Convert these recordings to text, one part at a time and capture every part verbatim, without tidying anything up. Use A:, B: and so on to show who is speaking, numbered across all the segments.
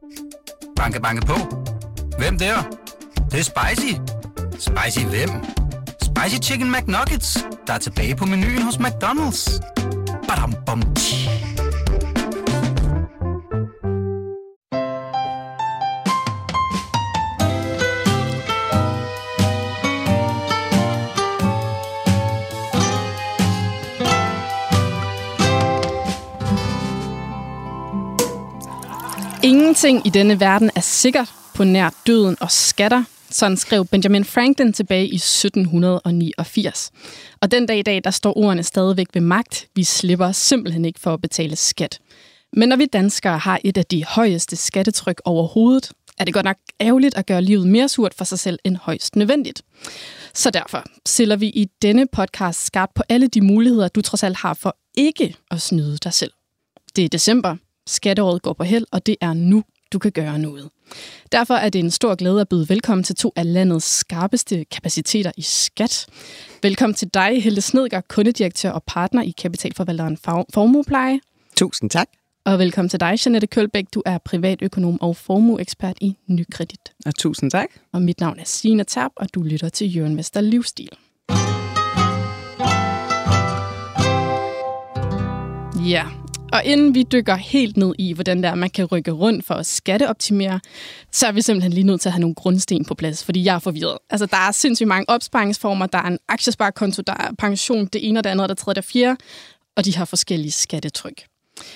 A: Banke, banke på. Hvem der? Det, det er spicy. Spicy hvem? Spicy Chicken McNuggets, der er tilbage på menuen hos McDonald's. Badum, bom, tji.
B: Ingenting i denne verden er sikkert på nær døden og skatter. Sådan skrev Benjamin Franklin tilbage i sytten niogfirs. Og den dag i dag, der står ordene stadigvæk ved magt. Vi slipper simpelthen ikke for at betale skat. Men når vi danskere har et af de højeste skattetryk overhovedet, er det godt nok ærgerligt at gøre livet mere surt for sig selv end højst nødvendigt. Så derfor stiller vi i denne podcast skarpt på alle de muligheder, du trods alt har for ikke at snyde dig selv. Det er december. Skatteåret går på held, og det er nu, du kan gøre noget. Derfor er det en stor glæde at byde velkommen til to af landets skarpeste kapaciteter i skat. Velkommen til dig, Hilde Snedgaard, kundedirektør og partner i kapitalforvalteren Formuepleje.
C: Tusind tak.
B: Og velkommen til dig, Jeanette Kølbæk. Du er privatøkonom og formueekspert i Nykredit.
C: Og tusind tak.
B: Og mit navn er Signe Terp, og du lytter til Jørgen Vester Livsstil. Ja. Og inden vi dykker helt ned i, hvordan der man kan rykke rundt for at skatteoptimere, så er vi simpelthen lige nødt til at have nogle grundsten på plads, fordi jeg er forvirret. Altså, der er sindssygt mange opsparingsformer, der er en aktiesparekonto, der er pension, det ene og det andet, og det tredje og det fjerde, og de har forskellige skattetryk.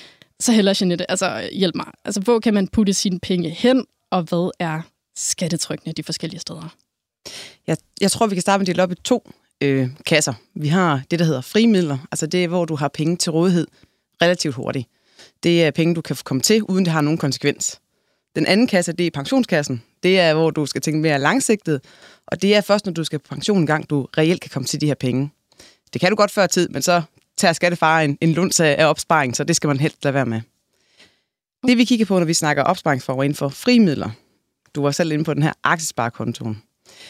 B: Så heller, Jeanette, altså hjælp mig. Altså, hvor kan man putte sine penge hen, og hvad er skattetrykkene de forskellige steder?
C: Jeg, jeg tror, vi kan starte med at dele op i to øh, kasser. Vi har det, der hedder frimidler, altså det er, hvor du har penge til rådighed relativt hurtigt. Det er penge, du kan komme til, uden det har nogen konsekvens. Den anden kasse, det er pensionskassen. Det er, hvor du skal tænke mere langsigtet, og det er først, når du skal på pension en gang, du reelt kan komme til de her penge. Det kan du godt før tid, men så tager skattefar en, en lunds af opsparing, så det skal man helst lade være med. Det vi kigger på, når vi snakker opsparingsformer inden for frimidler, du var selv inde på den her aktiesparekontoen,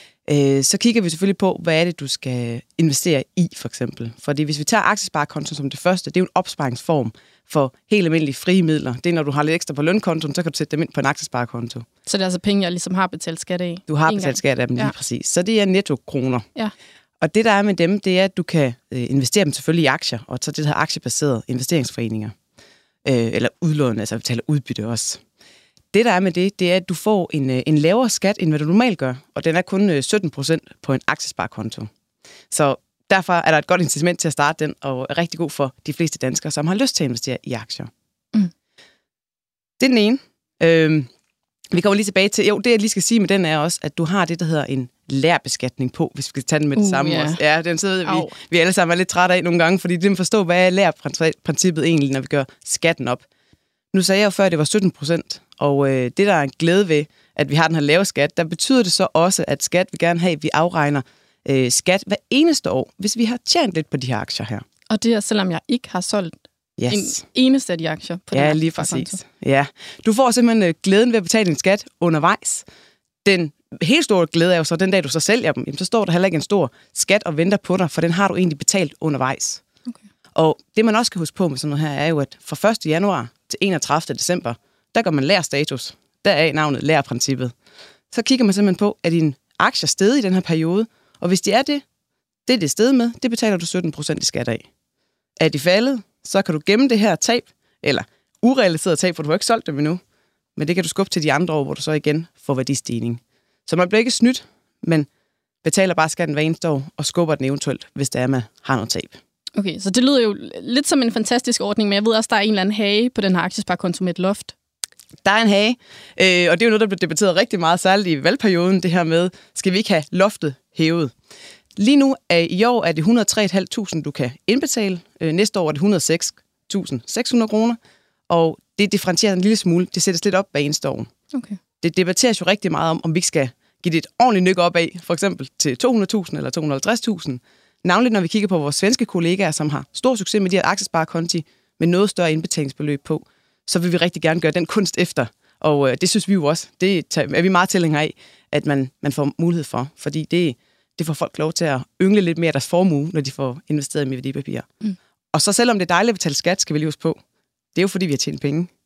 C: øh, så kigger vi selvfølgelig på, hvad er det, du skal investere i, for eksempel. Fordi hvis vi tager aktiesparekontoen som det første, det er jo en opsparingsform for helt almindelige frie midler. Det er, når du har lidt ekstra på lønkontoen, så kan du sætte dem ind på en aktiesparekonto.
B: Så det er altså penge, jeg ligesom har betalt skat af?
C: Du har betalt skat af dem lige ja. Præcis. Så det er netto-kroner.
B: Ja.
C: Og det, der er med dem, det er, at du kan investere dem selvfølgelig i aktier, og så det her aktiebaserede investeringsforeninger. Øh, eller udlån, altså betaler udbytte også. Det, der er med det, det er, at du får en, en lavere skat, end hvad du normalt gør, og den er kun sytten procent på en aktiesparekonto. Så derfor er der et godt incitament til at starte den, og er rigtig god for de fleste danskere, som har lyst til at investere i aktier. Mm. Det er den ene. Øhm, vi kommer lige tilbage til, jo, det jeg lige skal sige med den er også, at du har det, der hedder en lærbeskatning på, hvis vi skal tage den med det uh, samme yeah. også. Ja, den så ved vi, vi alle sammen er lidt trætte af nogle gange, fordi det er at forstå, hvad er lærprincippet egentlig, når vi gør skatten op. Nu sagde jeg jo før, at det var sytten procent, og øh, det, der er en glæde ved, at vi har den her lave skat, der betyder det så også, at skat vil gerne have, at vi afregner øh, skat hver eneste år, hvis vi har tjent lidt på de her aktier her.
B: Og det er, selvom jeg ikke har solgt yes. en eneste af de aktier på den
C: ja, lige præcis. Ja, du får simpelthen øh, glæden ved at betale din skat undervejs. Den helt store glæde er jo så, den dag du så sælger dem, jamen, så står der heller ikke en stor skat og venter på dig, for den har du egentlig betalt undervejs. Okay. Og det, man også skal huske på med sådan noget her, er jo, at fra første januar til enogtredivte december, der gør man lærstatus. Der er navnet lærprincippet. Så kigger man simpelthen på, at dine aktier steget i den her periode, og hvis de er det, det er det sted med, det betaler du sytten procent i skat af. Er de faldet, så kan du gemme det her tab, eller urealiseret tab, for du har ikke solgt dem endnu, men det kan du skubbe til de andre år, hvor du så igen får værdistigning. Så man bliver ikke snydt, men betaler bare skatten hver eneste år, og skubber den eventuelt, hvis det er, man har noget tab.
B: Okay, så det lyder jo lidt som en fantastisk ordning, men jeg ved også, der er en eller anden hage på den her aktiesparekonto med et loft.
C: Der er en hage, øh, og det er jo noget, der bliver debatteret rigtig meget, særligt i valgperioden, det her med, skal vi ikke have loftet hævet? Lige nu er i år er det et hundrede og tre tusind fem hundrede, du kan indbetale. Øh, næste år er det et hundrede og seks tusind seks hundrede kroner, og det differentierer en lille smule. Det sættes lidt op hver eneste år. Okay. Det debatteres jo rigtig meget om, om vi ikke skal give det et ordentligt nyk op af, for eksempel til to hundrede tusind eller to hundrede og halvtreds tusind. Navnligt når vi kigger på vores svenske kollegaer, som har stor succes med de her aktiesparekonti, med noget større indbetalingsbeløb på, så vil vi rigtig gerne gøre den kunst efter. Og øh, det synes vi jo også, det er vi meget tilhængere af, at man, man får mulighed for, fordi det, det får folk lov til at yngle lidt mere af deres formue, når de får investeret i værdipapirer. Mm. Og så selvom det er dejligt at betale skat, skal vi lige huske på, det er jo fordi, vi har tjent penge.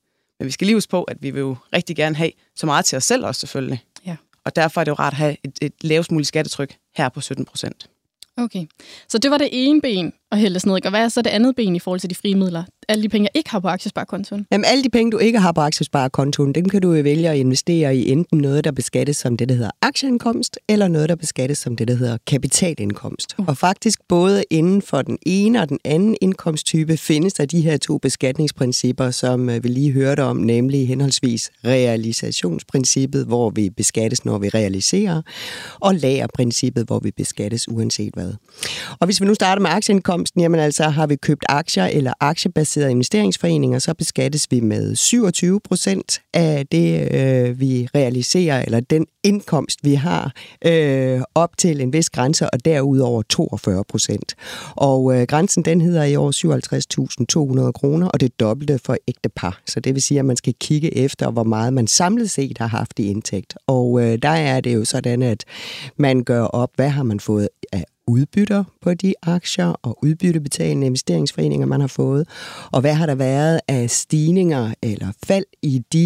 C: Men vi skal lige huske på, at vi vil jo rigtig gerne have så meget til os selv også selvfølgelig.
B: Ja.
C: Og derfor er det jo rart at have et, et lavest muligt skattetryk her på sytten procent.
B: Okay, så det var det ene ben at hældes ned. Og hvad er så det andet ben i forhold til de frie midler? Alle de penge, jeg ikke har på aktiesparekontoen?
D: Jamen, alle de penge, du ikke har på aktiesparekontoen, dem kan du jo vælge at investere i enten noget, der beskattes som det, der hedder aktieindkomst, eller noget, der beskattes som det, der hedder kapitalindkomst. Uh. Og faktisk både inden for den ene og den anden indkomsttype findes der de her to beskatningsprincipper, som vi lige hørte om, nemlig henholdsvis realisationsprincippet, hvor vi beskattes, når vi realiserer, og lagerprincippet, hvor vi beskattes uanset hvad. Og hvis vi nu starter med aktieindkomsten, jamen altså har vi købt aktier eller aktiebaserede investeringsforeninger, så beskattes vi med syvogtyve procent af det, øh, vi realiserer, eller den indkomst, vi har, øh, op til en vis grænse, og derudover toogfyrre procent. Og øh, grænsen, den hedder i år syvoghalvtreds tusind to hundrede kroner, og det dobbelte for ægte par. Så det vil sige, at man skal kigge efter, hvor meget man samlet set har haft i indtægt. Og øh, der er det jo sådan, at man gør op, hvad har man fået af udbytter på de aktier og udbyttebetalende investeringsforeninger, man har fået, og hvad har der været af stigninger eller fald i de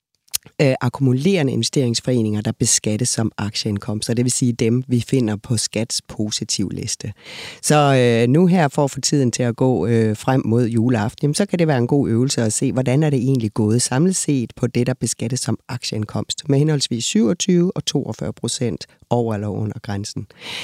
D: øh, akkumulerende investeringsforeninger, der beskattes som aktieindkomster, det vil sige dem, vi finder på Skats positivliste. Så øh, nu her for at få tiden til at gå øh, frem mod juleaften, jamen, så kan det være en god øvelse at se, hvordan er det egentlig gået samlet set på det, der beskattes som aktieindkomst, med henholdsvis syvogtyve og toogfyrre procent over eller under grænsen.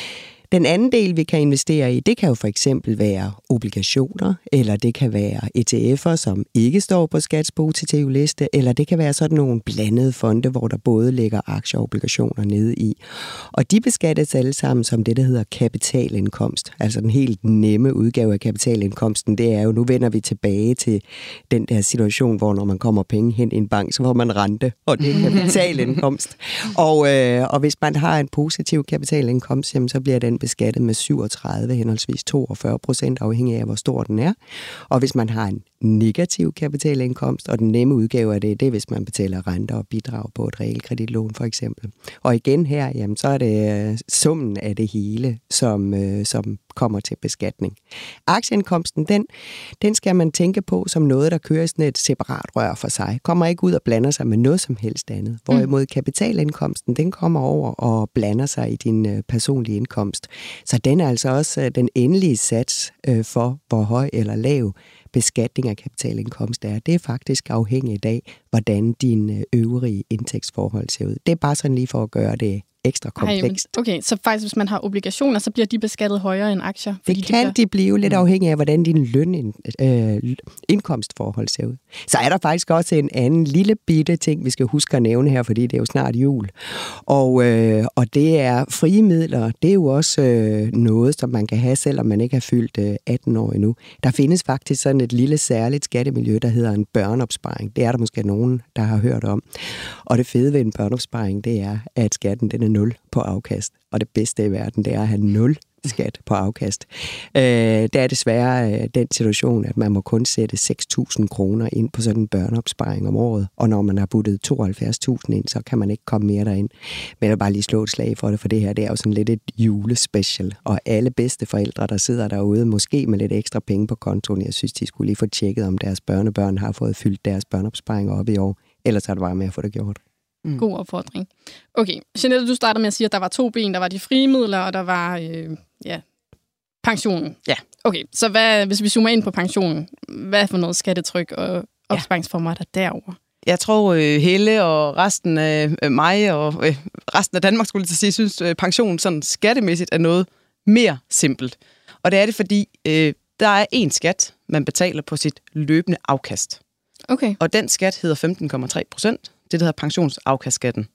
D: Den anden del, vi kan investere i, det kan jo for eksempel være obligationer, eller det kan være E T F'er, som ikke står på Skats positivliste, eller det kan være sådan nogle blandede fonde, hvor der både ligger aktier og obligationer nede i. Og de beskattes alle sammen som det, der hedder kapitalindkomst. Altså den helt nemme udgave af kapitalindkomsten, det er jo, nu vender vi tilbage til den der situation, hvor når man kommer penge hen i en bank, så får man rente, og det er kapitalindkomst. og, øh, og hvis man har en positiv kapitalindkomst, jamen, så bliver den beskattet med syvogtredive, henholdsvis toogfyrre procent, afhængig af, hvor stor den er. Og hvis man har en negativ kapitalindkomst, og den nemme udgave af det, det er, hvis man betaler renter og bidrag på et realkreditlån, for eksempel. Og igen her, jamen, så er det summen af det hele, som, øh, som kommer til beskatning. Aktieindkomsten, den, den skal man tænke på som noget, der kører sådan et separat rør for sig. Kommer ikke ud og blander sig med noget som helst andet. Hvorimod kapitalindkomsten, den kommer over og blander sig i din øh, personlige indkomst. Så den er altså også øh, den endelige sats øh, for, hvor høj eller lav beskatning af kapitalindkomst er. Det er faktisk afhængigt af, hvordan din øvrige indtægtsforhold ser ud. Det er bare sådan lige for at gøre det ekstra komplekst.
B: Ej, okay, så faktisk hvis man har obligationer, så bliver de beskattet højere end aktier?
D: Det kan de, de blive lidt afhængig af, hvordan din løn, øh, indkomstforhold ser ud. Så er der faktisk også en anden lille bitte ting, vi skal huske at nævne her, fordi det er jo snart jul. Og, øh, og det er frie midler. Det er jo også øh, noget, som man kan have, selvom man ikke har fyldt øh, atten år endnu. Der findes faktisk sådan et lille særligt skattemiljø, der hedder en børneopsparing. Det er der måske nogen, der har hørt om. Og det fede ved en børneopsparing, det er, at skatten den er nul på afkast. Og det bedste i verden, det er at have nul skat på afkast. Øh, der er desværre øh, den situation, at man må kun sætte seks tusind kroner ind på sådan en børneopsparing om året, og når man har puttet tooghalvfjerds tusind ind, så kan man ikke komme mere derind. Men jeg vil bare lige slå et slag for det, for det her det er jo sådan lidt et julespecial, og alle bedste forældre, der sidder derude, måske med lidt ekstra penge på kontoen, jeg synes, de skulle lige få tjekket, om deres børnebørn har fået fyldt deres børneopsparing op i år, ellers er det bare med at få det gjort.
B: Mm. God opfordring. Okay, Jeanette, du starter med at sige, at der var to ben. Der var de frie midler, og der var øh, ja, pensionen.
C: Ja.
B: Okay, så hvad, hvis vi zoomer ind på pensionen, hvad for noget skattetryk og opsparingsformer er der derovre?
C: Jeg tror, øh, Helle og resten af øh, mig og øh, resten af Danmark, skulle jeg sige, synes, øh, pensionen sådan skattemæssigt er noget mere simpelt. Og det er det, fordi øh, der er én skat, man betaler på sit løbende afkast.
B: Okay.
C: Og den skat hedder femten komma tre procent. Det, der hedder pensionsafkastskatten.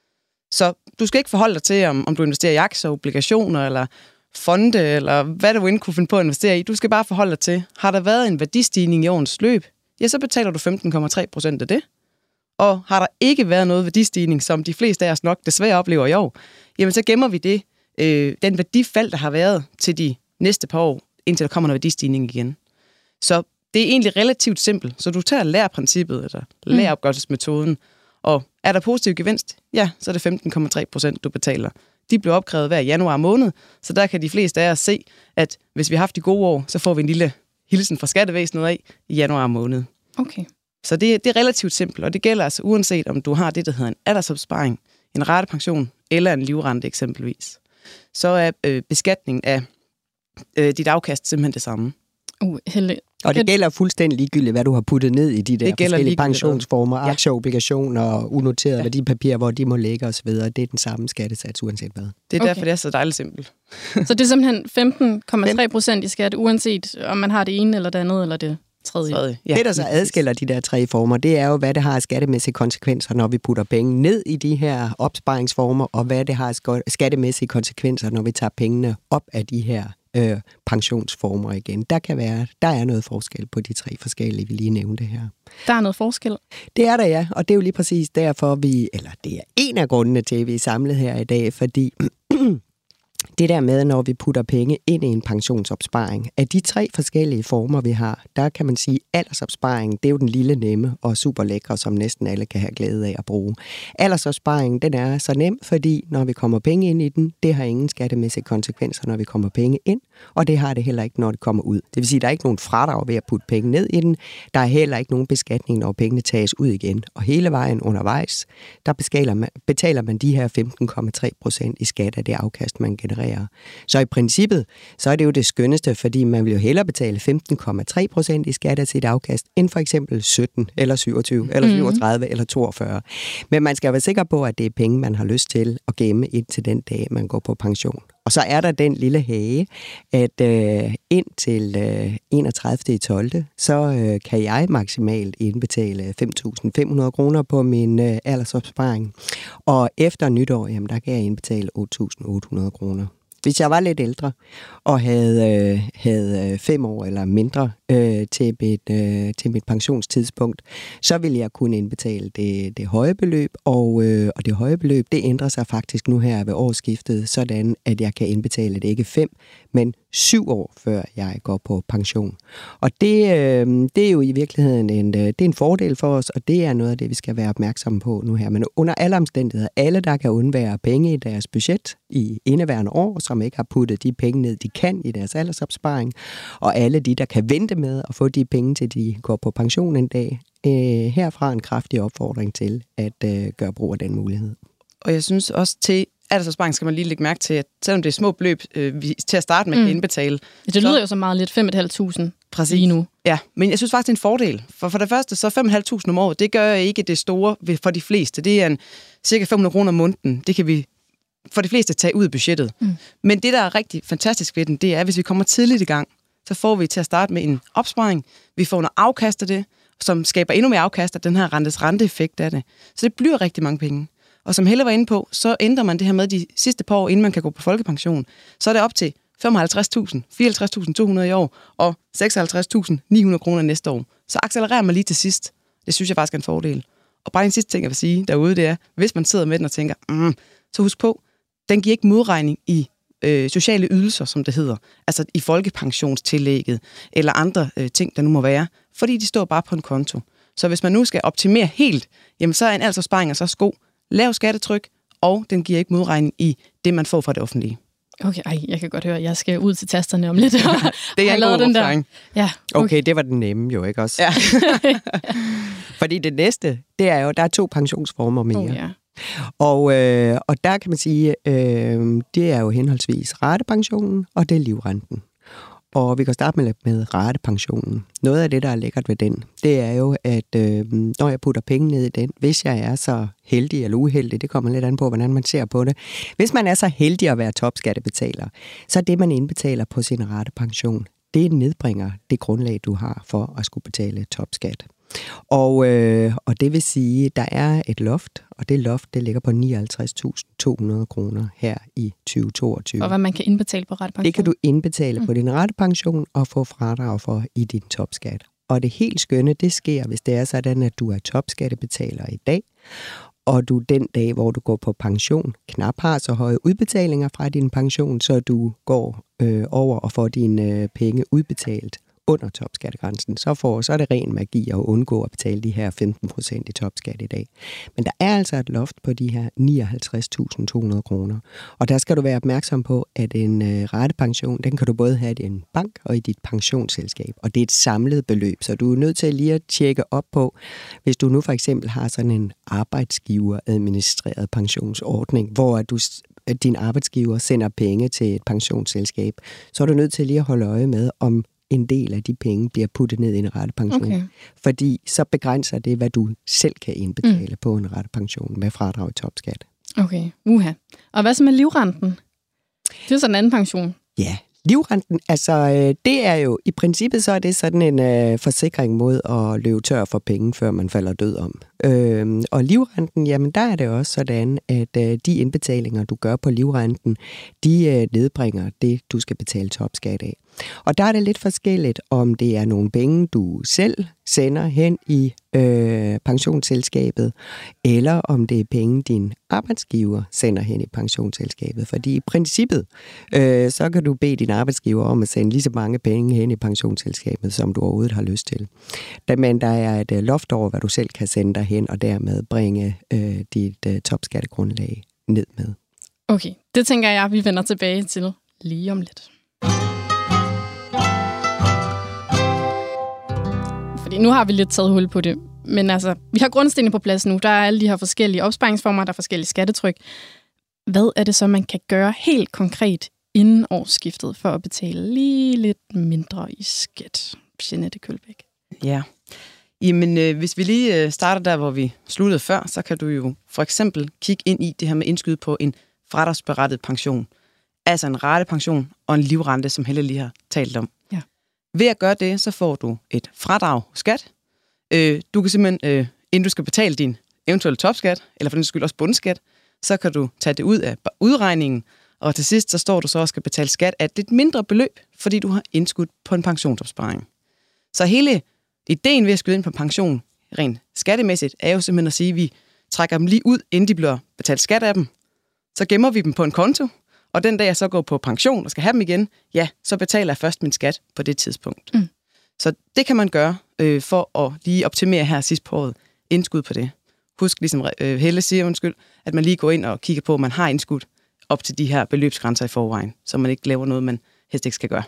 C: Så du skal ikke forholde dig til, om, om du investerer i aktier, obligationer, eller fonde, eller hvad du end kunne finde på at investere i. Du skal bare forholde dig til, har der været en værdistigning i årens løb, ja, så betaler du femten komma tre procent af det. Og har der ikke været noget værdistigning, som de fleste af os nok desværre oplever i år, jamen så gemmer vi det, øh, den værdifald, der har været til de næste par år, indtil der kommer noget værdistigning igen. Så det er egentlig relativt simpelt. Så du tager lærerprincippet, eller læreropgørelsesmetoden, og er der positiv gevinst, ja, så er det femten komma tre procent, du betaler. De bliver opkrævet hver januar måned, så der kan de fleste af os se, at hvis vi har haft de gode år, så får vi en lille hilsen fra skattevæsenet af i januar måned.
B: Okay.
C: Så det, det er relativt simpelt, og det gælder altså uanset om du har det, der hedder en aldersopsparing, en ratepension eller en livrente eksempelvis. Så er øh, beskatningen af øh, dit afkast simpelthen det samme.
B: Uh, Helle.
D: Og det gælder fuldstændig ligegyldigt, hvad du har puttet ned i de der forskellige pensionsformer, ja. Aktier, obligationer, unoterede ja. værdipapirer, hvor de må ligge osv. Det er den samme skattesats, uanset hvad.
C: Det er
B: okay.
C: derfor, det er så dejligt simpelt.
B: Så det er simpelthen femten komma tre procent i skat, uanset om man har det ene eller det andet, eller det tredje.
C: tredje. Ja.
D: Det, der så adskiller de der tre former, det er jo, hvad det har af skattemæssige konsekvenser, når vi putter penge ned i de her opsparingsformer, og hvad det har af skattemæssige konsekvenser, når vi tager pengene op af de her øh, pensionsformer igen. Der kan være, der er noget forskel på de tre forskellige, vi lige nævnte her.
B: Der er noget forskel?
D: Det er der, ja, og det er jo lige præcis derfor, vi, eller det er en af grundene til, at vi er samlet her i dag, fordi det der med, når vi putter penge ind i en pensionsopsparing, af de tre forskellige former, vi har, der kan man sige, at aldersopsparingen, det er jo den lille nemme og super lækre, som næsten alle kan have glæde af at bruge. Aldersopsparingen, den er så nem, fordi når vi kommer penge ind i den, det har ingen skattemæssige konsekvenser, når vi kommer penge ind, og det har det heller ikke, når det kommer ud. Det vil sige, at der er ikke nogen fradrag ved at putte penge ned i den. Der er heller ikke nogen beskatning, når pengene tages ud igen. Og hele vejen undervejs, der betaler man, betaler man de her femten komma tre procent i skat af det afkast, man genererer. Så i princippet, så er det jo det skønneste, fordi man vil jo hellere betale femten komma tre procent i skat af sit afkast, end for eksempel sytten, eller syvogtyve, eller syvogtredive, mm. eller toogfyrre. Men man skal være sikker på, at det er penge, man har lyst til at gemme indtil den dag, man går på pension. Og så er der den lille hage, at øh, indtil øh, enogtredivte tolvte så øh, kan jeg maksimalt indbetale fem tusind fem hundrede kroner på min øh, aldersopsparing. Og efter nytår, jamen, der kan jeg indbetale otte tusind otte hundrede kroner. Hvis jeg var lidt ældre og havde, øh, havde fem år eller mindre øh, til, mit, øh, til mit pensionstidspunkt, så ville jeg kunne indbetale det, det høje beløb, og, øh, og det høje beløb, det ændrer sig faktisk nu her ved årsskiftet, sådan at jeg kan indbetale det ikke fem, men syv år før jeg går på pension. Og det, øh, det er jo i virkeligheden en, det er en fordel for os, og det er noget af det, vi skal være opmærksomme på nu her. Men under alle omstændigheder, alle der kan undvære penge i deres budget i indeværende år, som ikke har puttet de penge ned, de kan i deres aldersopsparing, og alle de, der kan vente med at få de penge, til de går på pension en dag, øh, herfra en kraftig opfordring til at øh, gøre brug af den mulighed.
C: Og jeg synes også til aldersopsparing skal man lige lægge mærke til, at selvom det er små beløb øh, vi, til at starte med mm. kan indbetale.
B: Det lyder så, jo så meget lidt, fem tusind fem hundrede lige nu.
C: Ja, men jeg synes faktisk, det er en fordel. For for det første, så fem tusind fem hundrede om året, det gør ikke det store for de fleste. Det er en cirka fem hundrede kroner om måneden. Det kan vi for de fleste tage ud af budgettet. Mm. Men det, der er rigtig fantastisk ved den, det er, at hvis vi kommer tidligt i gang, så får vi til at starte med en opsparing. Vi får noget afkast af det, som skaber endnu mere afkast af den her rentes renteeffekt af det. Så det bliver rigtig mange penge. Og som Helle var inde på, så ændrer man det her med de sidste par år, inden man kan gå på folkepension. Så er det op til femoghalvtreds tusind, fireoghalvtreds tusind to hundrede i år, og seksoghalvtreds tusind ni hundrede kroner næste år. Så accelererer man lige til sidst. Det synes jeg faktisk er en fordel. Og bare en sidste ting, jeg vil sige derude, det er, hvis man sidder med den og tænker, mm, så husk på, den giver ikke modregning i øh, sociale ydelser, som det hedder. Altså i folkepensionstillægget, eller andre øh, ting, der nu må være. Fordi de står bare på en konto. Så hvis man nu skal optimere helt, jamen så er en aldersopsparing så god. Lav skattetryk, og den giver ikke modregning i det, man får fra det offentlige.
B: Okay, ej, jeg kan godt høre, jeg skal ud til tasterne om lidt.
C: Det er en god
B: den der.
C: Ja,
D: okay. okay, det var den nemme jo, ikke også? Ja. Fordi det næste, det er jo, der er to pensionsformer mere.
B: Oh, ja.
D: Og, øh, og der kan man sige, øh, det er jo henholdsvis ratepensionen, og det er livrenten. Og vi kan starte med, med ratepensionen. Noget af det, der er lækkert ved den, det er jo, at øh, når jeg putter penge ned i den, hvis jeg er så heldig eller uheldig, det kommer lidt an på, hvordan man ser på det. Hvis man er så heldig at være topskattebetaler, så er det, man indbetaler på sin ratepension, det nedbringer det grundlag, du har for at skulle betale topskat. Og, øh, og det vil sige, at der er et loft, og det loft, det ligger på nioghalvtreds tusind to hundrede kroner her i tyve toogtyve.
B: Og hvad man kan indbetale på ratepension?
D: Det kan du indbetale mm. på din ratepension og få fradrag for i din topskat. Og det helt skønne, det sker, hvis det er sådan, at du er topskattebetaler i dag, og du den dag, hvor du går på pension, knap har så høje udbetalinger fra din pension, så du går øh, over og får dine øh, penge udbetalt under topskattegrænsen, så, får, så er det ren magi at undgå at betale de her femten procent i topskat i dag. Men der er altså et loft på de her nioghalvtreds tusind to hundrede kroner. Og der skal du være opmærksom på, at en øh, ratepension, den kan du både have i din bank og i dit pensionsselskab. Og det er et samlet beløb, så du er nødt til lige at tjekke op på, hvis du nu for eksempel har sådan en arbejdsgiver-administreret pensionsordning, hvor du, at din arbejdsgiver sender penge til et pensionsselskab, så er du nødt til lige at holde øje med, om en del af de penge bliver puttet ned i en ratepension. Okay. Fordi så begrænser det, hvad du selv kan indbetale mm. på en ratepension med fradrag i topskat.
B: Okay, uha. Og hvad så med livrenten? Det er sådan en anden pension.
D: Ja, livrenten, altså det er jo, i princippet så er det sådan en øh, forsikring mod at løbe tør for penge, før man falder død om. Øh, og livrenten, jamen der er det også sådan, at øh, de indbetalinger, du gør på livrenten, de øh, nedbringer det, du skal betale topskat af. Og der er det lidt forskelligt, om det er nogle penge, du selv sender hen i øh, pensionsselskabet, eller om det er penge, din arbejdsgiver sender hen i pensionsselskabet. Fordi i princippet, øh, så kan du bede din arbejdsgiver om at sende lige så mange penge hen i pensionsselskabet, som du overhovedet har lyst til. Men der er et loft over, hvad du selv kan sende dig hen, og dermed bringe øh, dit øh, topskattegrundlag ned med.
B: Okay, det tænker jeg, vi vender tilbage til lige om lidt. Fordi nu har vi lidt taget hul på det, men altså, vi har grundstenene på plads nu. Der er alle de her forskellige opsparingsformer, der er forskellige skattetryk. Hvad er det så, man kan gøre helt konkret inden årsskiftet for at betale lige lidt mindre i skat? Jeanette Kølbæk.
C: Ja, jamen øh, hvis vi lige øh, starter der, hvor vi sluttede før, så kan du jo for eksempel kigge ind i det her med indskud på en fradragsberettet pension. Altså en ratepension og en livrente, som Helle lige har talt om.
B: Ja.
C: Ved at gøre det, så får du et fradrag skat. Øh, du kan simpelthen, øh, inden du skal betale din eventuelle topskat, eller for den skyld også bundskat, så kan du tage det ud af udregningen, og til sidst så står du så og skal betale skat af et mindre beløb, fordi du har indskudt på en pensionsopsparing. Så hele ideen ved at skyde ind på pension, rent skattemæssigt, er jo simpelthen at sige, at vi trækker dem lige ud, inden de bliver betalt skat af dem. Så gemmer vi dem på en konto, og den dag jeg så går på pension og skal have dem igen, ja, så betaler jeg først min skat på det tidspunkt. Mm. Så det kan man gøre øh, for at lige optimere her sidst på året. Indskud på det. Husk, ligesom øh, Helle siger, undskyld, at man lige går ind og kigger på, at man har indskud op til de her beløbsgrænser i forvejen, så man ikke laver noget, man helst ikke skal gøre.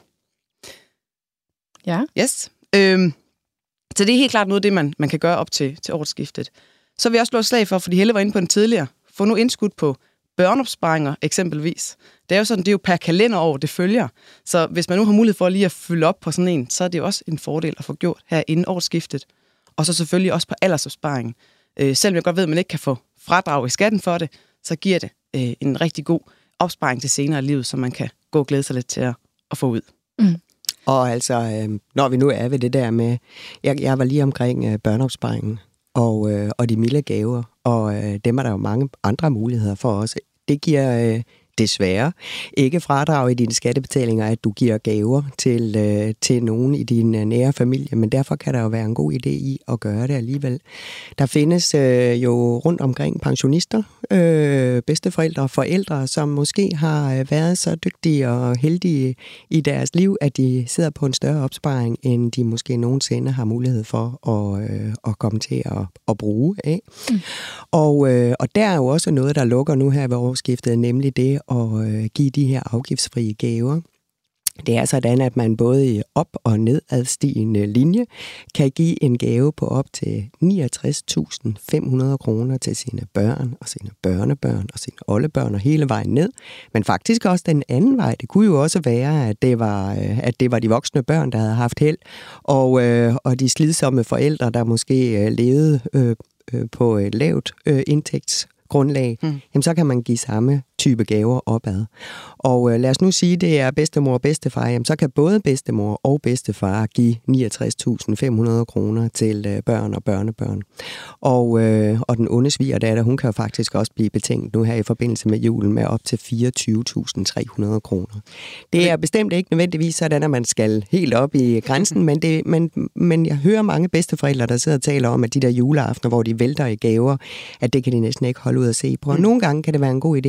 B: Ja.
C: Yes. Øhm, så det er helt klart noget af det, man, man kan gøre op til, til årsskiftet. Så vil jeg også slå et slag for, fordi Helle var inde på den tidligere, få nu indskud på børneopsparinger eksempelvis. Det er jo sådan, det er jo per kalenderår, det følger. Så hvis man nu har mulighed for lige at fylde op på sådan en, så er det jo også en fordel at få gjort her inden årsskiftet. Og så selvfølgelig også på aldersopsparing. Øh, selvom jeg godt ved, at man ikke kan få fradrag i skatten for det, så giver det øh, en rigtig god opsparing til senere i livet, som man kan gå og glæde sig lidt til at, at få ud. Mm.
D: Og altså, øh, når vi nu er ved det der med, jeg, jeg var lige omkring øh, børneopsparingen og, øh, og de milde gaver, og øh, dem er der jo mange andre muligheder for også. Det giver øh, desværre ikke fradrag i dine skattebetalinger, at du giver gaver til, øh, til nogen i din øh, nære familie, men derfor kan der jo være en god idé i at gøre det alligevel. Der findes øh, jo rundt omkring pensionister, øh, bedsteforældre og forældre, som måske har øh, været så dygtige og heldige i deres liv, at de sidder på en større opsparing, end de måske nogensinde har mulighed for at, øh, at komme til at, at bruge af. Mm. Og, øh, og der er jo også noget, der lukker nu her ved årsskiftet, nemlig det at øh, give de her afgiftsfrie gaver. Det er sådan, at man både i op- og nedadstigende linje kan give en gave på op til niogtres tusind fem hundrede kroner til sine børn og sine børnebørn og sine oldebørn og hele vejen ned. Men faktisk også den anden vej. Det kunne jo også være, at det var, at det var de voksne børn, der havde haft held, og, øh, og de slidsomme forældre, der måske øh, levede øh, øh, på et lavt øh, indtægts grundlag, mm. jamen så kan man give samme type gaver opad. Og øh, lad os nu sige, det er bedstemor og bedstefar, jamen så kan både bedstemor og bedstefar give niogtres tusind fem hundrede kroner til øh, børn og børnebørn. Og, øh, og den onde svigerdatter, hun kan jo faktisk også blive betænkt nu her i forbindelse med julen med op til fireogtyve tusind tre hundrede kroner. Det er bestemt ikke nødvendigvis sådan, at man skal helt op i grænsen, men, det, men, men jeg hører mange bedsteforældre, der sidder og taler om, at de der juleaftener, hvor de vælter i gaver, at det kan de næsten ikke holde ud at se på. Og nogle gange kan det være en god idé måske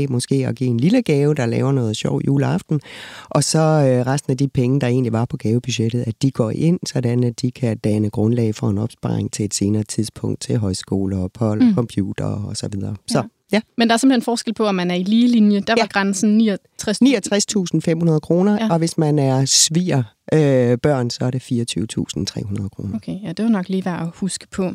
D: måske at give en lille gave, der laver noget sjov juleaften, og så øh, resten af de penge, der egentlig var på gavebudgettet, at de går ind, sådan at de kan danne grundlag for en opsparing til et senere tidspunkt til højskoleophold, mm. computer og så videre. Så,
B: ja.
D: Ja.
B: Men der er simpelthen forskel på, om man er i lige linje. Der var ja. grænsen
D: niogtres tusind fem hundrede kroner, ja. Og hvis man er sviger øh, børn, så er det fireogtyve tusind tre hundrede kroner.
B: Okay, ja, det var nok lige værd at huske på.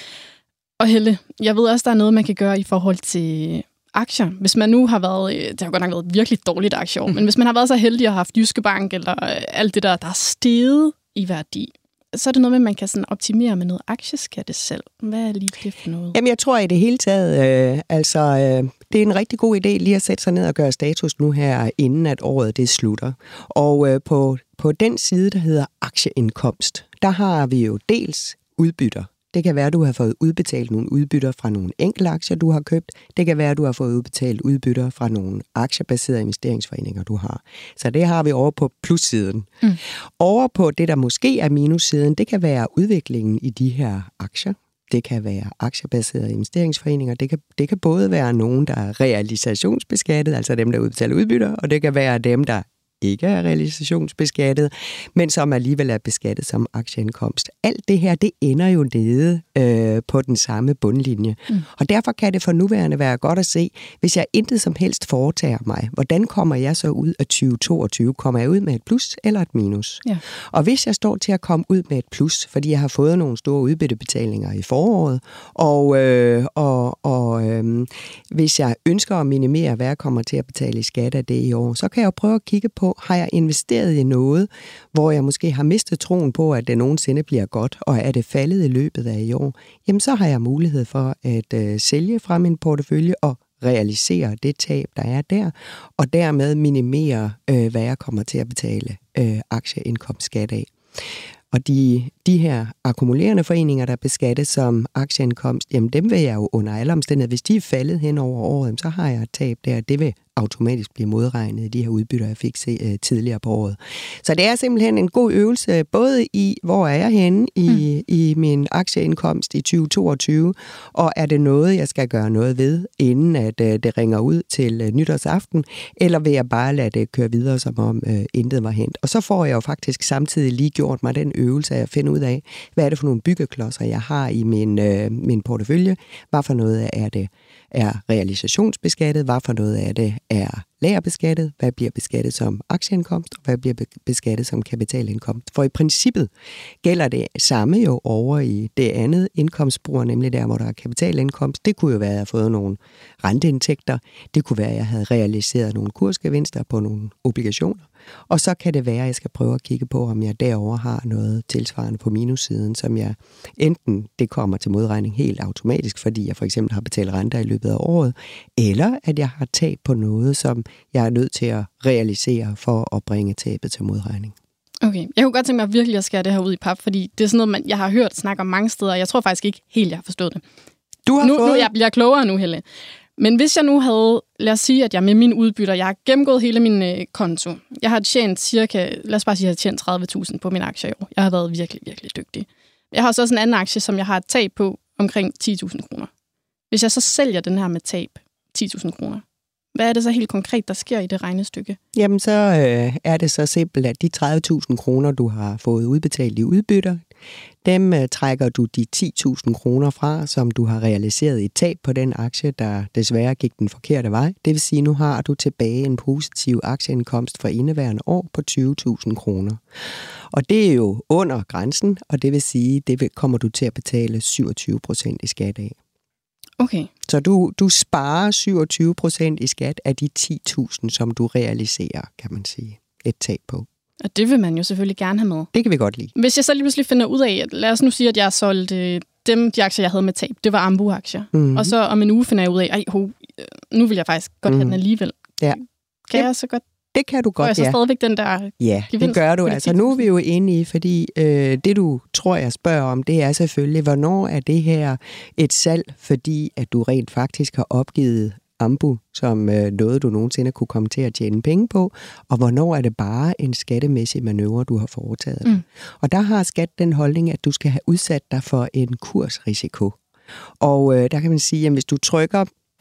B: Og Helle, jeg ved også, der er noget, man kan gøre i forhold til aktier. Hvis man nu har været, det har godt nok været virkelig dårligt aktieår, mm. men hvis man har været så heldig at have haft Jyske Bank, eller alt det der, der er steget i værdi, så er det noget med, at man kan sådan optimere med noget aktieskatte selv. Hvad er lige det for noget?
D: Jamen, jeg tror i det hele taget, øh, altså, øh, det er en rigtig god idé lige at sætte sig ned og gøre status nu her, inden at året det slutter. Og øh, på, på den side, der hedder aktieindkomst, der har vi jo dels udbytter. Det kan være, at du har fået udbetalt nogle udbytter fra nogle enkelte aktier, du har købt. Det kan være, at du har fået udbetalt udbytter fra nogle aktiebaserede investeringsforeninger, du har. Så det har vi over på plussiden. Mm. Over på det, der måske er minussiden, det kan være udviklingen i de her aktier. Det kan være aktiebaserede investeringsforeninger. Det kan, det kan både være nogen, der er realisationsbeskattet, altså dem, der udbetaler udbytter, og det kan være dem, der ikke er realisationsbeskattet, men som alligevel er beskattet som aktieindkomst. Alt det her, det ender jo nede øh, på den samme bundlinje. Mm. Og derfor kan det for nuværende være godt at se, hvis jeg intet som helst foretager mig, hvordan kommer jeg så ud af tyve toogtyve? Kommer jeg ud med et plus eller et minus? Ja. Og hvis jeg står til at komme ud med et plus, fordi jeg har fået nogle store udbyttebetalinger i foråret, og, øh, og, og øh, hvis jeg ønsker at minimere, hvad jeg kommer til at betale i skat af det i år, så kan jeg jo prøve at kigge på, har jeg investeret i noget, hvor jeg måske har mistet troen på, at det nogensinde bliver godt, og er det faldet i løbet af i år, jamen så har jeg mulighed for at øh, sælge fra min portefølje og realisere det tab, der er der, og dermed minimere, øh, hvad jeg kommer til at betale øh, aktieindkomstskat af. Og de, de her akkumulerende foreninger, der beskattes som aktieindkomst, jamen dem vil jeg jo under alle omstændigheder, hvis de er faldet hen over året, så har jeg et tab der, det vil automatisk blive modregnet i de her udbytter, jeg fik se, uh, tidligere på året. Så det er simpelthen en god øvelse, både i, hvor er jeg henne i, mm. i min aktieindkomst i tyve toogtyve, og er det noget, jeg skal gøre noget ved, inden at uh, det ringer ud til uh, nytårsaften, eller vil jeg bare lade det køre videre, som om uh, intet var hent. Og så får jeg jo faktisk samtidig lige gjort mig den øvelse af at finde ud af, hvad er det for nogle byggeklodser, jeg har i min, uh, min portefølje, hvad for noget er det er realisationsbeskattet, hvad for noget af det er lagerbeskattet, hvad bliver beskattet som aktieindkomst, og hvad bliver beskattet som kapitalindkomst. For i princippet gælder det samme jo over i det andet indkomstspor, nemlig der, hvor der er kapitalindkomst. Det kunne jo være, at jeg har fået nogle renteindtægter, det kunne være, at jeg havde realiseret nogle kursgevinster på nogle obligationer, og så kan det være, at jeg skal prøve at kigge på, om jeg derover har noget tilsvarende på minussiden, som jeg enten det kommer til modregning helt automatisk, fordi jeg for eksempel har betalt renter i løbet af året, eller at jeg har tab på noget, som jeg er nødt til at realisere for at bringe tabet til modregning.
B: Okay, jeg kunne godt tænke mig virkelig at skære det her ud i pap, fordi det er sådan noget, man, jeg har hørt snakke om mange steder, og jeg tror faktisk ikke helt, jeg har forstået det.
D: Du har
B: nu,
D: fået...
B: nu jeg bliver klogere nu, Helle. Men hvis jeg nu havde, lad os sige, at jeg med mine udbytter, jeg har gennemgået hele min øh, konto. Jeg har tjent cirka, lad os bare sige, at jeg har tjent tredive tusind på min aktie i år. Jeg har været virkelig, virkelig dygtig. Jeg har så også en anden aktie, som jeg har et tab på omkring ti tusind kroner. Hvis jeg så sælger den her med tab, ti tusind kroner, hvad er det så helt konkret, der sker i det regnestykke?
D: Jamen, så øh, er det så simpelt, at de tredive tusind kroner, du har fået udbetalt i udbytter, dem øh, trækker du de ti tusind kroner fra, som du har realiseret i et tab på den aktie, der desværre gik den forkerte vej. Det vil sige, nu har du tilbage en positiv aktieindkomst for indeværende år på tyve tusind kroner. Og det er jo under grænsen, og det vil sige, det kommer du til at betale syvogtyve procent i skat af.
B: Okay.
D: Så du, du sparer syvogtyve procent i skat af de ti tusind, som du realiserer, kan man sige, et tab på.
B: Og det vil man jo selvfølgelig gerne have med.
D: Det kan vi godt lide.
B: Hvis jeg så lige pludselig finder ud af, at lad os nu sige, at jeg har solgt øh, dem, de aktier, jeg havde med tab, det var Ambu-aktier. Mm-hmm. Og så om en uge finder jeg ud af, ej, ho, nu vil jeg faktisk godt mm-hmm. have den alligevel.
D: Ja.
B: Kan ja. jeg så godt?
D: Det kan du godt,
B: ja. Og så stadigvæk den der
D: Ja, gevinst, det gør du. Altså, nu er vi jo inde i, fordi øh, det, du tror, jeg spørger om, det er selvfølgelig, hvornår er det her et salg, fordi at du rent faktisk har opgivet Ambu som øh, noget, du nogensinde kunne komme til at tjene penge på, og hvornår er det bare en skattemæssig manøvre, du har foretaget. Mm. Og der har skat den holdning, at du skal have udsat dig for en kursrisiko. Og øh, der kan man sige, at hvis du trykker på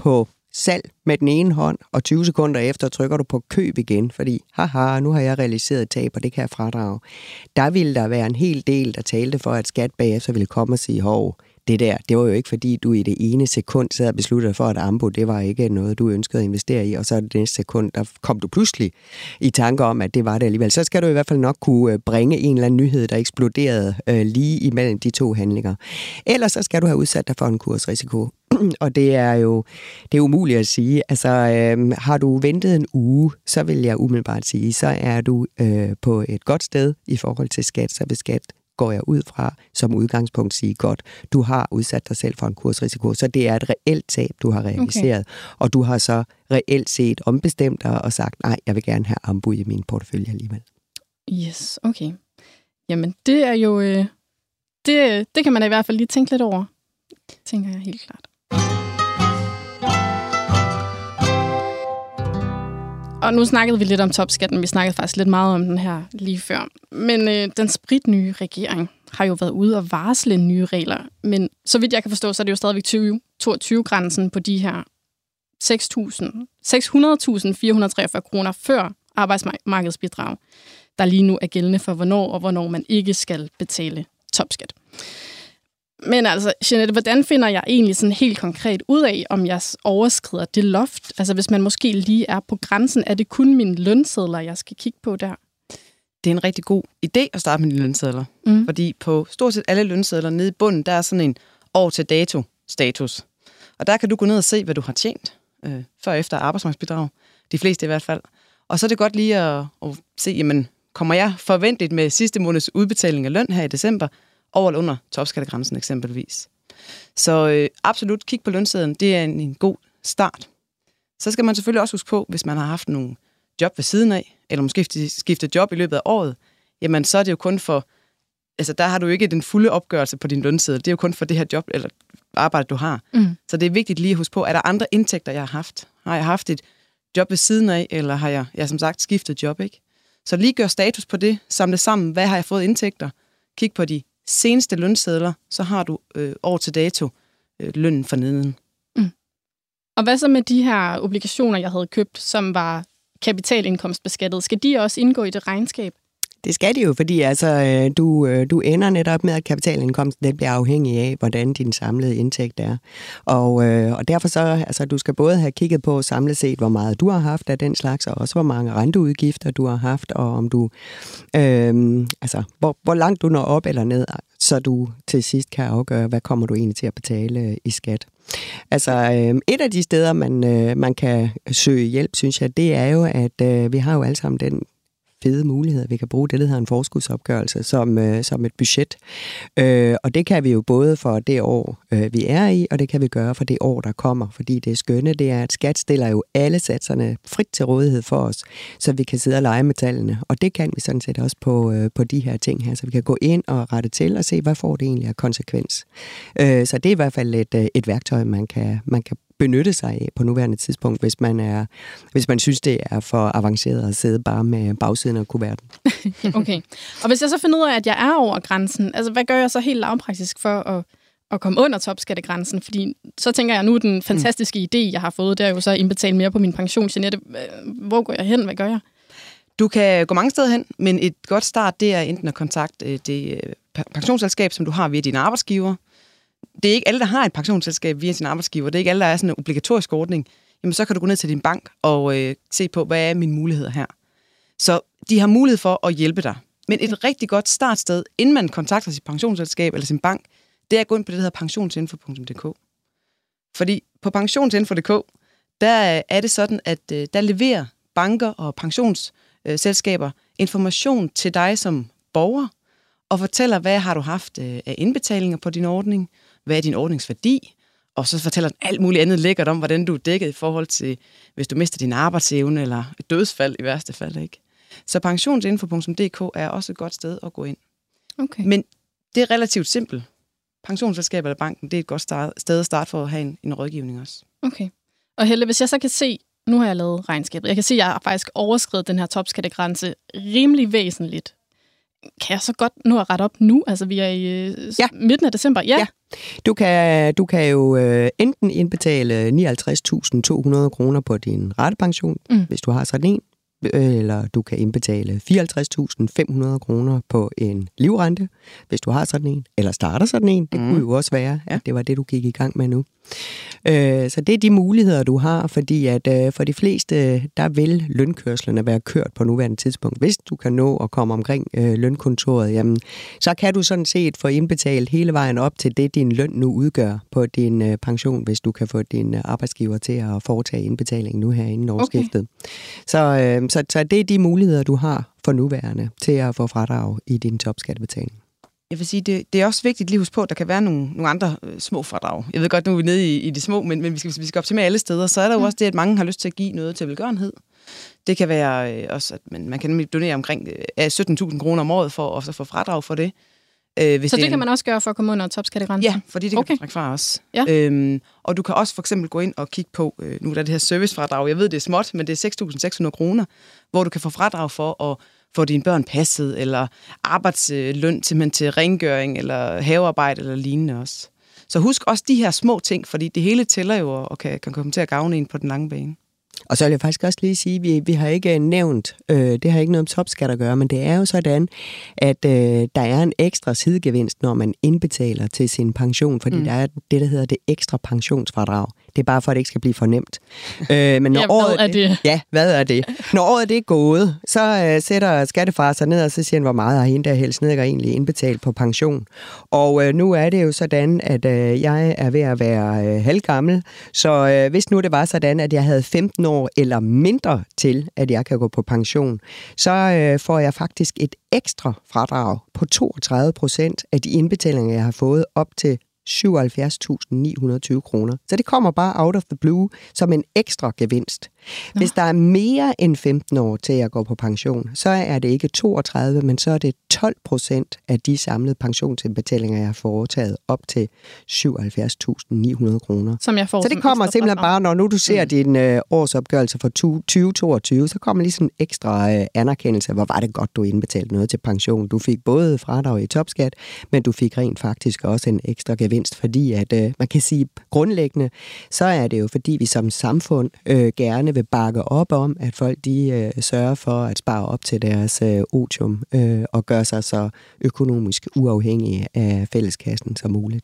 D: salg med den ene hånd, og tyve sekunder efter trykker du på køb igen, fordi haha, nu har jeg realiseret et tab, og det kan jeg fradrage. Der ville der være en hel del, der talte for, at skat bagefter ville komme og sige, hov, det der, det var jo ikke fordi, du i det ene sekund sad og besluttede for, at ambo, det var ikke noget, du ønskede at investere i, og så det næste sekund, der kom du pludselig i tanke om, at det var det alligevel. Så skal du i hvert fald nok kunne bringe en eller anden nyhed, der eksploderede øh, lige imellem de to handlinger. Ellers så skal du have udsat dig for en kursrisiko. Og det er jo det er umuligt at sige. Altså, øh, har du ventet en uge, så vil jeg umiddelbart sige, så er du øh, på et godt sted i forhold til skat, så vil skat går jeg ud fra som udgangspunkt sige, godt, du har udsat dig selv for en kursrisiko, så det er et reelt tab, du har realiseret, okay. Og du har så reelt set ombestemt dig og sagt, nej, jeg vil gerne have ambu i min portefølje alligevel.
B: Yes, okay. Jamen, det er jo, øh, det, det kan man i hvert fald lige tænke lidt over, tænker jeg helt klart. Og nu snakkede vi lidt om topskatten. Vi snakkede faktisk lidt meget om den her lige før. Men øh, den spritnye regering har jo været ude og varsle nye regler. Men så vidt jeg kan forstå, så er det jo stadigvæk tyve toogtyve-grænsen på de her seks hundrede tusind fire hundrede og treogfyrre kroner før arbejdsmarkedsbidrag, der lige nu er gældende for, hvornår og hvornår man ikke skal betale topskat. Men altså, Jeanette, hvordan finder jeg egentlig sådan helt konkret ud af, om jeg overskrider det loft? Altså, hvis man måske lige er på grænsen, er det kun mine lønsedler, jeg skal kigge på der?
C: Det er en rigtig god idé at starte med dine lønsedler. Mm. Fordi på stort set alle lønsedler nede i bunden, der er sådan en år til dato status. Og der kan du gå ned og se, hvad du har tjent øh, før og efter arbejdsmarkedsbidrag. De fleste i hvert fald. Og så er det godt lige at, at se, jamen, kommer jeg forventeligt med sidste måneds udbetaling af løn her i december, over eller under topskattegrænsen eksempelvis. Så øh, absolut kig på lønsedlen, det er en, en god start. Så skal man selvfølgelig også huske på, hvis man har haft nogle job ved siden af, eller måske skiftet job i løbet af året, jamen så er det jo kun for, altså der har du ikke den fulde opgørelse på din lønseddel, det er jo kun for det her job eller arbejde, du har. Mm. Så det er vigtigt lige at huske på, er der andre indtægter, jeg har haft? Har jeg haft et job ved siden af, eller har jeg, jeg som sagt skiftet job, ikke? Så lige gør status på det, samle sammen, hvad har jeg fået indtægter? Kig på de seneste lønsedler, så har du øh, år til dato øh, lønnen for neden.
B: Mm. Og hvad så med de her obligationer, jeg havde købt, som var kapitalindkomstbeskattet? Skal de også indgå i det regnskab?
D: Det skal de jo, fordi altså, du, du ender netop med, at kapitalindkomsten den bliver afhængig af, hvordan din samlede indtægt er. Og, og derfor så, altså, du skal både have kigget på samlet set, hvor meget du har haft af den slags, og også hvor mange renteudgifter du har haft, og om du, øh, altså, hvor, hvor langt du når op eller ned, så du til sidst kan afgøre, hvad kommer du egentlig til at betale i skat. Altså, øh, et af de steder, man, øh, man kan søge hjælp, synes jeg, det er jo, at øh, vi har jo alle sammen den fede muligheder. Vi kan bruge det, der hedder en forskudsopgørelse, som, øh, som et budget. Øh, og det kan vi jo både for det år, øh, vi er i, og det kan vi gøre for det år, der kommer. Fordi det skønne, det er, at skat stiller jo alle satserne frit til rådighed for os, så vi kan sidde og lege med tallene. Og det kan vi sådan set også på, øh, på de her ting her, så vi kan gå ind og rette til og se, hvad får det egentlig af konsekvens. Øh, så det er i hvert fald et, et værktøj, man kan, man kan benytte sig af på nuværende tidspunkt, hvis man er, hvis man synes, det er for avanceret at sidde bare med bagsiden af kuverten.
B: Okay. Og hvis jeg så finder ud af, at jeg er over grænsen, altså hvad gør jeg så helt lavpraktisk for at, at komme under topskattegrænsen? Fordi så tænker jeg, nu den fantastiske idé, jeg har fået, det er jo så at indbetale mere på min pension. Jeanette, hvor går jeg hen? Hvad gør jeg?
C: Du kan gå mange steder hen, men et godt start, det er enten at kontakte det pensionsselskab, som du har via dine arbejdsgiver. Det er ikke alle, der har et pensionsselskab via sin arbejdsgiver. Det er ikke alle, der er sådan en obligatorisk ordning. Jamen, så kan du gå ned til din bank og øh, se på, hvad er mine muligheder her. Så de har mulighed for at hjælpe dig. Men et rigtig godt startsted, inden man kontakter sit pensionsselskab eller sin bank, det er at gå ind på det, der hedder pensionsinfo punktum d k. Fordi på pensionsinfo punktum d k, der er det sådan, at øh, der leverer banker og pensionsselskaber information til dig som borger, og fortæller, hvad har du haft af indbetalinger på din ordning, hvad er din ordningsværdi, og så fortæller den alt muligt andet lækkert om, hvordan du er dækket i forhold til, hvis du mister din arbejdsevne, eller et dødsfald i værste fald, ikke? Så pensionsinfo punktum d k er også et godt sted at gå ind. Okay. Men det er relativt simpelt. Pensionsselskabet eller banken, det er et godt start, sted at starte for at have en, en rådgivning også.
B: Okay. Og Helle, hvis jeg så kan se, nu har jeg lavet regnskabet, jeg kan se, at jeg har faktisk overskredet den her topskattegrænse rimelig væsentligt. kan jeg så godt nå at rette op nu? Altså, vi er i øh, ja. midten af december. Ja. ja.
D: Du kan, du kan jo øh, enten indbetale nioghalvtreds tusind to hundrede kroner på din ratepension, mm. hvis du har sådan en, eller du kan indbetale fireoghalvtreds tusind fem hundrede kroner på en livrente, hvis du har sådan en, eller starter sådan en. Det mm. kunne jo også være, at det var det, du gik i gang med nu. Øh, så det er de muligheder, du har, fordi at øh, for de fleste, der vil lønkørslerne være kørt på nuværende tidspunkt. Hvis du kan nå at komme omkring øh, lønkontoret, jamen, så kan du sådan set få indbetalt hele vejen op til det, din løn nu udgør på din øh, pension, hvis du kan få din øh, arbejdsgiver til at foretage indbetaling nu her inden årsskiftet. Okay. Så, øh, så, så det er de muligheder, du har for nuværende til at få fradrag i din topskattebetaling.
C: Jeg vil sige, det, det er også vigtigt lige at huske på, at der kan være nogle, nogle andre øh, små fradrag. Jeg ved godt, nu er vi nede i, i de små, men, men vi skal, hvis vi skal optimere alle steder, så er der jo mm. også det, at mange har lyst til at give noget til velgørenhed. Det kan være øh, også, at man, man kan nemlig donere omkring øh, sytten tusind kroner om året for at få fradrag for det. Øh, hvis
B: så det,
C: det
B: kan en... man også gøre for at komme under topskattegrænsen?
C: Ja, fordi det kan okay. man trække fra os.
B: Ja.
C: Øhm, og du kan også for eksempel gå ind og kigge på, øh, nu er der det her servicefradrag, jeg ved, det er småt, men det er seks tusind seks hundrede kroner, hvor du kan få fradrag for at få dine børn passet, eller arbejdsløn til, til rengøring, eller havearbejde, eller lignende også. Så husk også de her små ting, fordi det hele tæller jo, og kan, kan komme til at gavne en på den lange bane.
D: Og så vil jeg faktisk også lige sige, at vi, vi har ikke nævnt, øh, det har ikke noget om topskat at gøre, men det er jo sådan, at øh, der er en ekstra sidegevinst, når man indbetaler til sin pension, fordi mm. der er det, der hedder det ekstra pensionsfradrag. Det er bare for, at det ikke skal blive for nemt. Øh, men når
B: ja,
D: året,
B: hvad er det?
D: Ja, hvad er det? Når året det er gået, så øh, sætter skattefar sig ned, og så siger han, hvor meget har hende der Helle Snedker egentlig indbetalt på pension. Og øh, nu er det jo sådan, at øh, jeg er ved at være øh, halvgammel, så øh, hvis nu det var sådan, at jeg havde femten år eller mindre til, at jeg kan gå på pension, så øh, får jeg faktisk et ekstra fradrag på toogtredive procent af de indbetalinger, jeg har fået op til syvoghalvfjerds tusind ni hundrede og tyve kroner. Så det kommer bare out of the blue som en ekstra gevinst. Nå. Hvis der er mere end femten år til at gå på pension, så er det ikke toogtredive, men så er det tolv procent af de samlede pensionsindbetalinger, jeg har foretaget op til syvoghalvfjerds tusind ni hundrede kroner.
B: Som jeg får.
D: Så det kommer simpelthen bare, når nu du ser mm. din øh, årsopgørelse for tyve toogtyve, så kommer lige sådan en ekstra øh, anerkendelse. Hvor var det godt, du indbetalte noget til pension. Du fik både fradrag i topskat, men du fik rent faktisk også en ekstra gevinst, fordi at øh, man kan sige grundlæggende, så er det jo, fordi vi som samfund øh, gerne vil bakke op om, at folk de øh, sørger for at spare op til deres øh, otium øh, og gøre sig så økonomisk uafhængige af fælleskassen som muligt.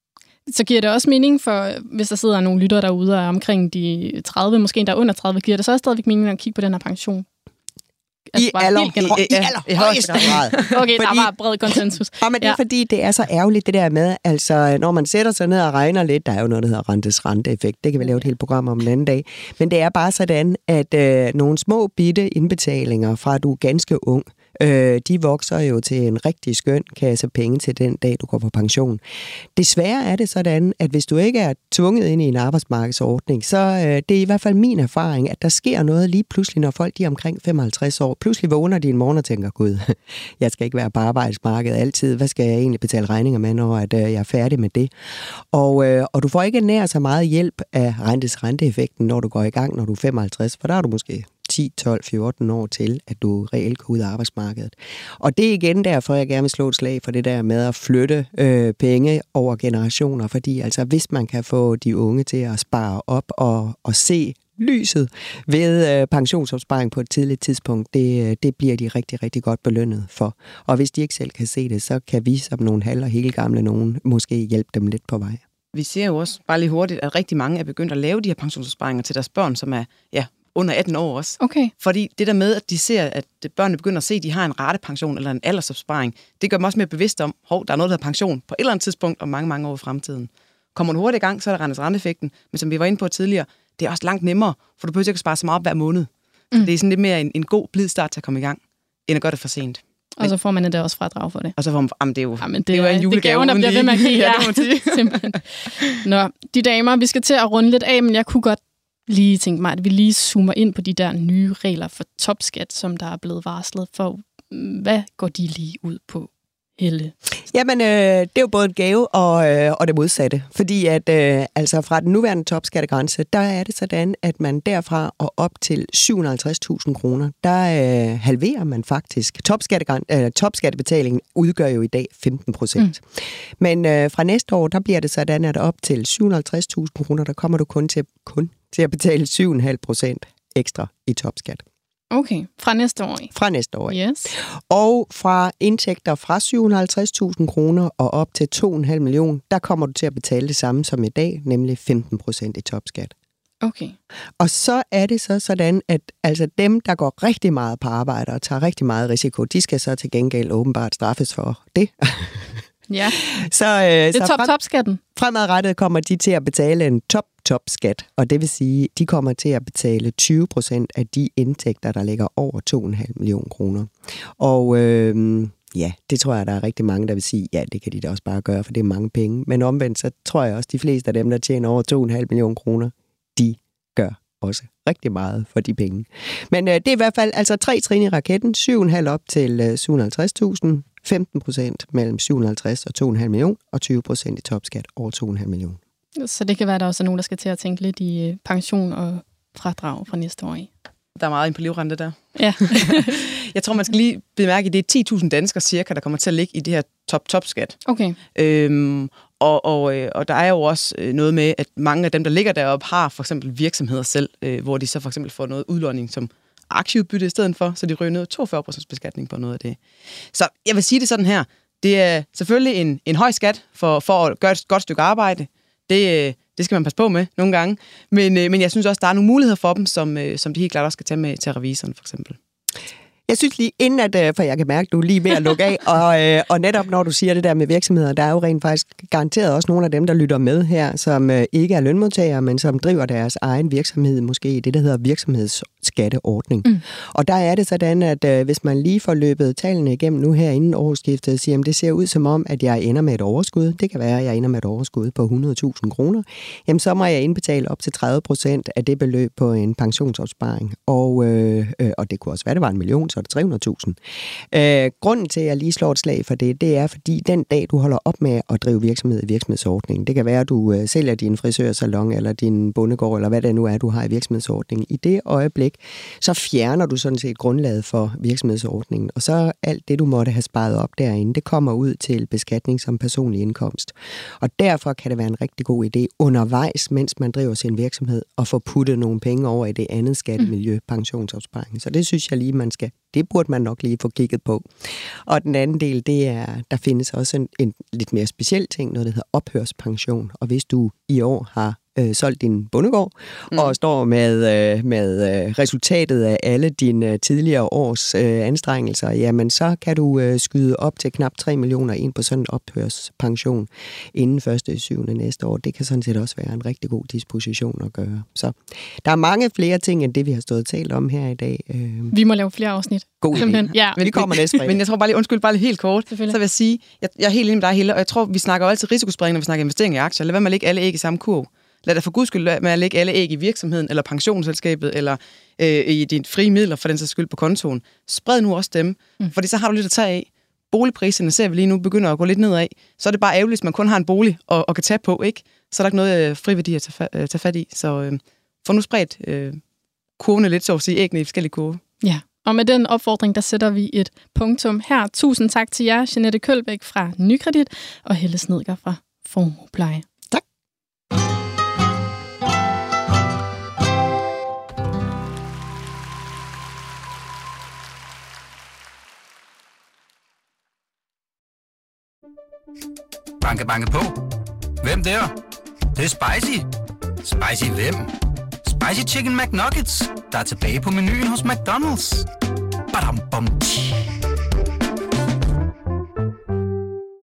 B: Så giver det også mening for, hvis der sidder nogle lyttere derude og er omkring de tredive, måske endda under tredive, giver det så også stadigvæk mening at kigge på den her pension?
D: Altså, I aller, i, i, i højeste grad.
B: Okay, fordi, der var bred konsensus.
D: Ja, men det er ja. fordi, det er så ærgerligt det der med, altså når man sætter sig ned og regner lidt, der er jo noget, der hedder rentes renteeffekt, det kan vi lave et helt program om en anden dag, men det er bare sådan, at øh, nogle små bitte indbetalinger fra at du er ganske ung, Øh, de vokser jo til en rigtig skøn kasse penge til den dag, du går på pension. Desværre er det sådan, at hvis du ikke er tvunget ind i en arbejdsmarkedsordning, så øh, det er i hvert fald min erfaring, at der sker noget lige pludselig, når folk de er omkring femoghalvtreds år. Pludselig vågner de en morgen og tænker, gud, jeg skal ikke være på arbejdsmarkedet altid. Hvad skal jeg egentlig betale regninger med, når at, øh, jeg er færdig med det? Og, øh, og du får ikke nær så meget hjælp af rentes renteeffekten, når du går i gang, når du er femoghalvtreds, for der er du måske ti, tolv, fjorten år til, at du reelt går ud af arbejdsmarkedet. Og det er igen derfor, jeg gerne vil slå et slag for det der med at flytte øh, penge over generationer, fordi altså hvis man kan få de unge til at spare op og, og se lyset ved øh, pensionsopsparing på et tidligt tidspunkt, det, det bliver de rigtig, rigtig godt belønnet for. Og hvis de ikke selv kan se det, så kan vi som nogle halv- og hele gamle nogen måske hjælpe dem lidt på vej.
C: Vi ser jo også bare lige hurtigt, at rigtig mange er begyndt at lave de her pensionsopsparinger til deres børn, som er ja, under atten år også.
B: Okay.
C: Fordi det der med, at de ser, at børnene begynder at se, at de har en ratepension eller en aldersopsparing, det gør dem også mere bevidst om, hov, der er noget, der hedder pension på et eller andet tidspunkt om mange, mange år i fremtiden. Kommer du hurtigt i gang, så er der rentes renteeffekten, men som vi var inde på tidligere, det er også langt nemmere, for du behøver ikke at spare så meget op hver måned. Mm. Det er sådan lidt mere en, en god, blid start til at komme i gang, end at gøre det for sent.
B: Og så får man det også fradrag for det.
C: Og så får man, jamen det er jo,
B: jamen det,
C: det er jo en julegave.
B: Det er gaven, der bliver ved med at give. Ja, simpelthen. Nå, de damer, vi skal til at runde lidt af, men jeg kunne godt lige tænke mig, at vi lige zoomer ind på de der nye regler for topskat, som der er blevet varslet for. Hvad går de lige ud på, Helle?
D: Jamen, øh, det er jo både en gave og, øh, og det modsatte. Fordi at øh, altså fra den nuværende topskattegrænse, der er det sådan, at man derfra og op til syv hundrede og halvtreds tusind kroner, der øh, halverer man faktisk. Øh, topskattebetalingen udgør jo i dag femten procent. Mm. Men øh, fra næste år, der bliver det sådan, at op til syv hundrede og halvtreds tusind kroner, der kommer du kun til, kun til at betale syv komma fem procent ekstra i topskat.
B: Okay, fra næste år.
D: Fra næste år.
B: Yes.
D: Og fra indtægter fra syv hundrede og halvtreds tusind kroner og op til to komma fem millioner, der kommer du til at betale det samme som i dag, nemlig femten procent i topskat.
B: Okay.
D: Og så er det så sådan, at altså dem, der går rigtig meget på arbejde og tager rigtig meget risiko, de skal så til gengæld åbenbart straffes for det.
B: Ja,
D: så, øh,
B: det er
D: så frem,
B: top-top-skatten.
D: Fremadrettet kommer de til at betale en top-top-skat, og det vil sige, de kommer til at betale tyve procent af de indtægter, der ligger over to komma fem millioner kroner. Og øh, ja, det tror jeg, der er rigtig mange, der vil sige, ja, det kan de da også bare gøre, for det er mange penge. Men omvendt, så tror jeg også, de fleste af dem, der tjener over to komma fem millioner kroner, de gør også rigtig meget for de penge. Men øh, det er i hvert fald altså tre trin i raketten, syv komma fem op til øh, syv hundrede og halvtreds tusind, femten procent mellem syv hundrede og halvtreds og to komma fem millioner, og tyve procent i topskat over to komma fem millioner.
B: Så det kan være, at der også er nogen, der skal til at tænke lidt i pension og fradrag fra næste år i.
C: Der er meget ind på livrente der.
B: Ja.
C: Jeg tror, man skal lige bemærke, at det er ti tusind danskere cirka, der kommer til at ligge i det her top-top-skat.
B: Okay.
C: Øhm, og, og, og der er jo også noget med, at mange af dem, der ligger deroppe, har for eksempel virksomheder selv, øh, hvor de så for eksempel får noget udlåning som aktieudbytte i stedet for, så de ryger ned toogfyrre procent beskatning på noget af det. Så jeg vil sige det sådan her. Det er selvfølgelig en, en høj skat for, for at gøre et godt stykke arbejde. Det, det skal man passe på med nogle gange. Men, men jeg synes også, der er nogle muligheder for dem, som, som de helt klart også skal tage med til revisoren, for eksempel.
D: Jeg synes lige inden, at, for jeg kan mærke, at du er lige ved at lukke af, og, og netop når du siger det der med virksomheder, der er jo rent faktisk garanteret også nogle af dem, der lytter med her, som ikke er lønmodtagere, men som driver deres egen virksomhed, måske i det, der hedder virksomhedsskatteordning. Mm. Og der er det sådan, at hvis man lige får løbet tallene igennem nu her inden årsskiftet, siger, at det ser ud som om, at jeg ender med et overskud, det kan være, at jeg ender med et overskud på hundrede tusind kroner, jamen så må jeg indbetale op til tredive procent af det beløb på en pensionsopsparing. Og, øh, og det kunne også være, det var en million, så er det tre hundrede tusind. Øh, grunden til, at jeg lige slår et slag for det, det er, fordi den dag, du holder op med at drive virksomhed i virksomhedsordningen, det kan være, at du øh, sælger din frisørsalon, eller din bondegård, eller hvad det nu er, du har i virksomhedsordningen. I det øjeblik, så fjerner du sådan set grundlaget for virksomhedsordningen, og så alt det, du måtte have sparet op derinde, det kommer ud til beskatning som personlig indkomst. Og derfor kan det være en rigtig god idé undervejs, mens man driver sin virksomhed, at få puttet nogle penge over i det andet skattemiljø, pensionsopsparing. Så det synes jeg lige, man skal Det burde man nok lige få kigget på. Og den anden del, det er, der findes også en, en lidt mere speciel ting, noget der hedder ophørspension. Og hvis du i år har øh, solgt din bondegård, mm. og står med, øh, med øh, resultatet af alle dine tidligere års øh, anstrengelser, jamen så kan du øh, skyde op til knap tre millioner ind på sådan en ophørspension inden første syvende næste år. Det kan sådan set også være en rigtig god disposition at gøre. Så der er mange flere ting, end det vi har stået og talt om her i dag. Øh.
B: Vi må lave flere afsnit.
D: God idé.
B: Ja.
D: Men vi kommer næste fredag.
C: Men jeg tror bare lige, undskyld, bare lige helt kort, så vil jeg sige, jeg, jeg er helt enig med dig, Helle, og jeg tror, vi snakker jo altid risikospredning, når vi snakker investering i aktier. Lad være med at lægge alle æg i samme kurv. Lad dig for guds skyld med at lægge alle æg i virksomheden, eller pensionsselskabet, eller øh, i dine frie midler, for den sags skyld på kontoen. Spred nu også dem, mm. fordi så har du lidt at tage af. Boligpriserne ser vi lige nu begynder at gå lidt nedad. Så er det bare ærgerligt, hvis man kun har en bolig og, og kan tage på, ikke? Så er der ikke noget øh, friværdi at tage, øh, tage fat i. Så øh, få nu spredt øh, kurvene lidt, så at sige, æggene i forskellige kurve.
B: Ja. Og med den opfordring, der sætter vi et punktum her. Tusind tak til jer, Jeanette Kølbæk fra Nykredit og Helle Snedker fra Formuepleje.
D: Tak.
A: Banke, banke på. Hvem der? Det, det er spicy. Spicy hvem? Spicy Chicken McNuggets, der er tilbage på menuen hos McDonald's. Badum, bom, tji.